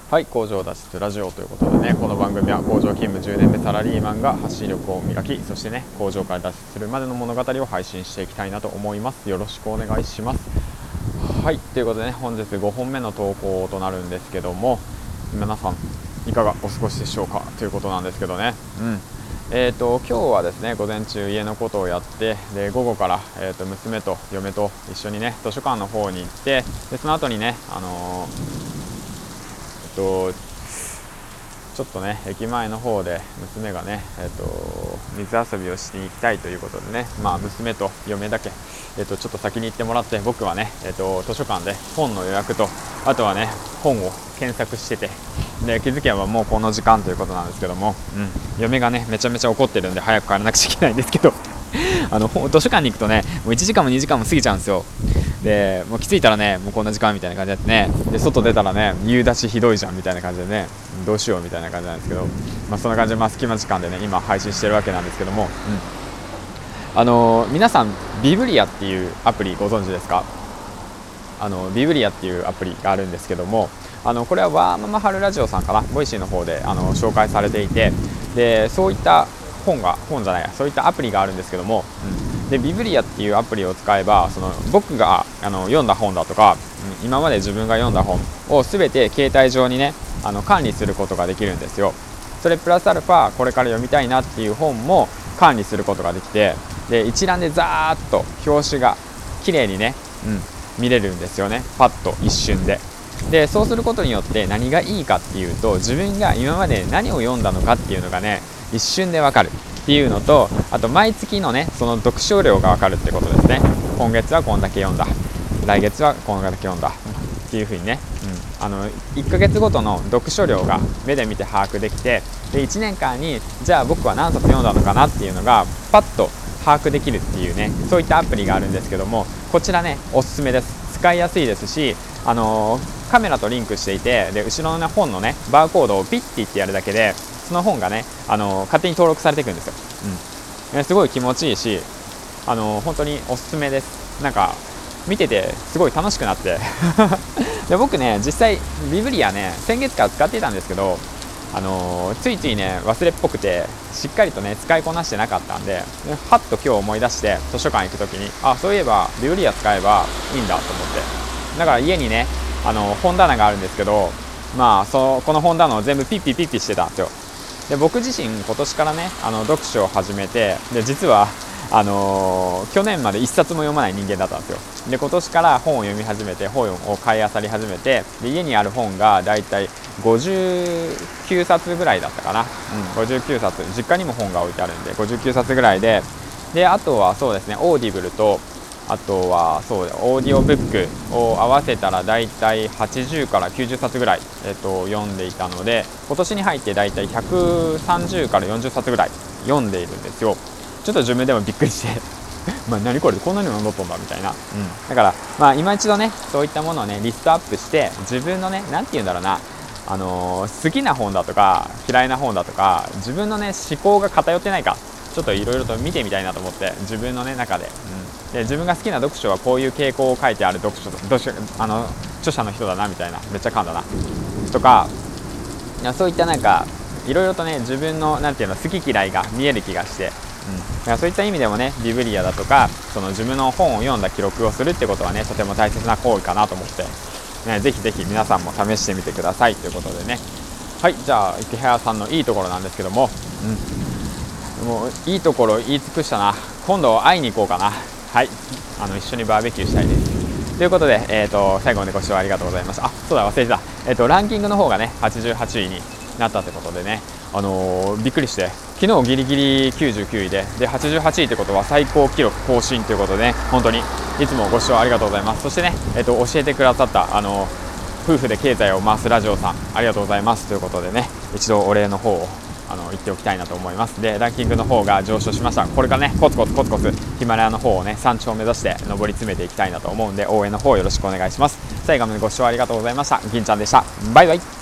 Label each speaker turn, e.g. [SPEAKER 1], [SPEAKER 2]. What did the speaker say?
[SPEAKER 1] はい、工場脱出ラジオということでね、この番組は工場勤務10年目サラリーマンが発信力を磨き、そしてね、工場から脱出するまでの物語を配信していきたいなと思います。よろしくお願いします。はい、ということでね、本日5本目の投稿となるんですけども、皆さんいかがお過ごしでしょうかということなんですけどね。今日はですね、午前中家のことをやって、で午後から、娘と嫁と一緒にね図書館の方に行って、でその後にねちょっとね駅前の方で娘がね、水遊びをしに行きたいということでね、娘と嫁だけ、ちょっと先に行ってもらって、僕はね、図書館で本の予約と、あとはね本を検索してて、で気づけばもうこの時間ということなんですけども、嫁がねめちゃめちゃ怒ってるんで早く帰らなくちゃいけないんですけど図書館に行くとねもう1時間も2時間も過ぎちゃうんですよ。でもう気づいたらねもうこんな時間みたいな感じでね、で外出たらね夕立ひどいじゃんみたいな感じでね、どうしようみたいな感じなんですけど、そんな感じで隙間時間でね今配信してるわけなんですけども、皆さんビブリアっていうアプリご存知ですか？ビブリアっていうアプリがあるんですけども、これはワーママハルラジオさんかな、ボイシーの方で紹介されていて、でそういったそういったアプリがあるんですけども、でビブリアっていうアプリを使えば、僕が読んだ本だとか、今まで自分が読んだ本を全て携帯上にね管理することができるんですよ。それプラスアルファこれから読みたいなっていう本も管理することができて、で一覧でザーッと表紙が綺麗にね、見れるんですよね、パッと一瞬で。でそうすることによって何がいいかっていうと、自分が今まで何を読んだのかっていうのがね一瞬でわかるっていうのと、あと毎月のねその読書量がわかるってことですね。今月はこんだけ読んだ、来月はこんだけ読んだっていう風にね、1ヶ月ごとの読書量が目で見て把握できて、で1年間にじゃあ僕は何冊読んだのかなっていうのがパッと把握できるっていうね、そういったアプリがあるんですけども、こちらねおすすめです。使いやすいですし、カメラとリンクしていて、で後ろの、ね、本のねバーコードをピッて言ってやるだけでその本がね勝手に登録されていくんですよ。すごい気持ちいいし、本当におすすめです。なんか見ててすごい楽しくなってで僕ね実際ビブリアね先月から使っていたんですけど、ついついね忘れっぽくてしっかりとね使いこなしてなかったんで、はっと今日思い出して図書館行く時にそういえばビブリア使えばいいんだと思って、だから家にね本棚があるんですけど、この本棚を全部ピッピしてたんですよ。で僕自身今年からね読書を始めて、で実は去年まで一冊も読まない人間だったんですよ。で今年から本を読み始めて、本を買い漁り始めて、で家にある本がだいたい59冊ぐらいだったかな、59冊、実家にも本が置いてあるんで59冊ぐらいで、あとはそうですねオーディブルと、あとはそうオーディオブックを合わせたらだいたい80から90冊ぐらい、読んでいたので、今年に入ってだいたい130から40冊ぐらい読んでいるんですよ。ちょっと自分でもびっくりして何これこんなにも読んどったんだみたいな、だから今一度ねそういったものをねリストアップして、自分のねなんて言うんだろうな、好きな本だとか嫌いな本だとか、自分のね思考が偏ってないかちょっといろいろと見てみたいなと思って、自分のね中で、で自分が好きな読書はこういう傾向を書いてある著者の人だなみたいな、めっちゃ噛んだなとか、そういったなんかいろいろとね自分のなんていうの好き嫌いが見える気がして、だからそういった意味でもねビブリアだとか自分の本を読んだ記録をするってことはねとても大切な行為かなと思って、ぜひぜひ皆さんも試してみてくださいということでね。はい、じゃあ池原さんのいいところなんですけども、もういいところ言い尽くしたな。今度会いに行こうかな。はい、一緒にバーベキューしたいですということで、最後までご視聴ありがとうございました。そうだ忘れてた、ランキングの方がね88位になったってことでね、びっくりして、昨日ギリギリ99位で88位ってことは最高記録更新ということでね、本当にいつもご視聴ありがとうございます。そしてね、教えてくださった夫婦で経済を回すラジオさんありがとうございますということでね、一度お礼の方を言っておきたいなと思います。でランキングの方が上昇しました。これからねコツコツヒマラヤの方をね山頂を目指して上り詰めていきたいなと思うんで、応援の方よろしくお願いします。最後までご視聴ありがとうございました。銀ちゃんでした。バイバイ。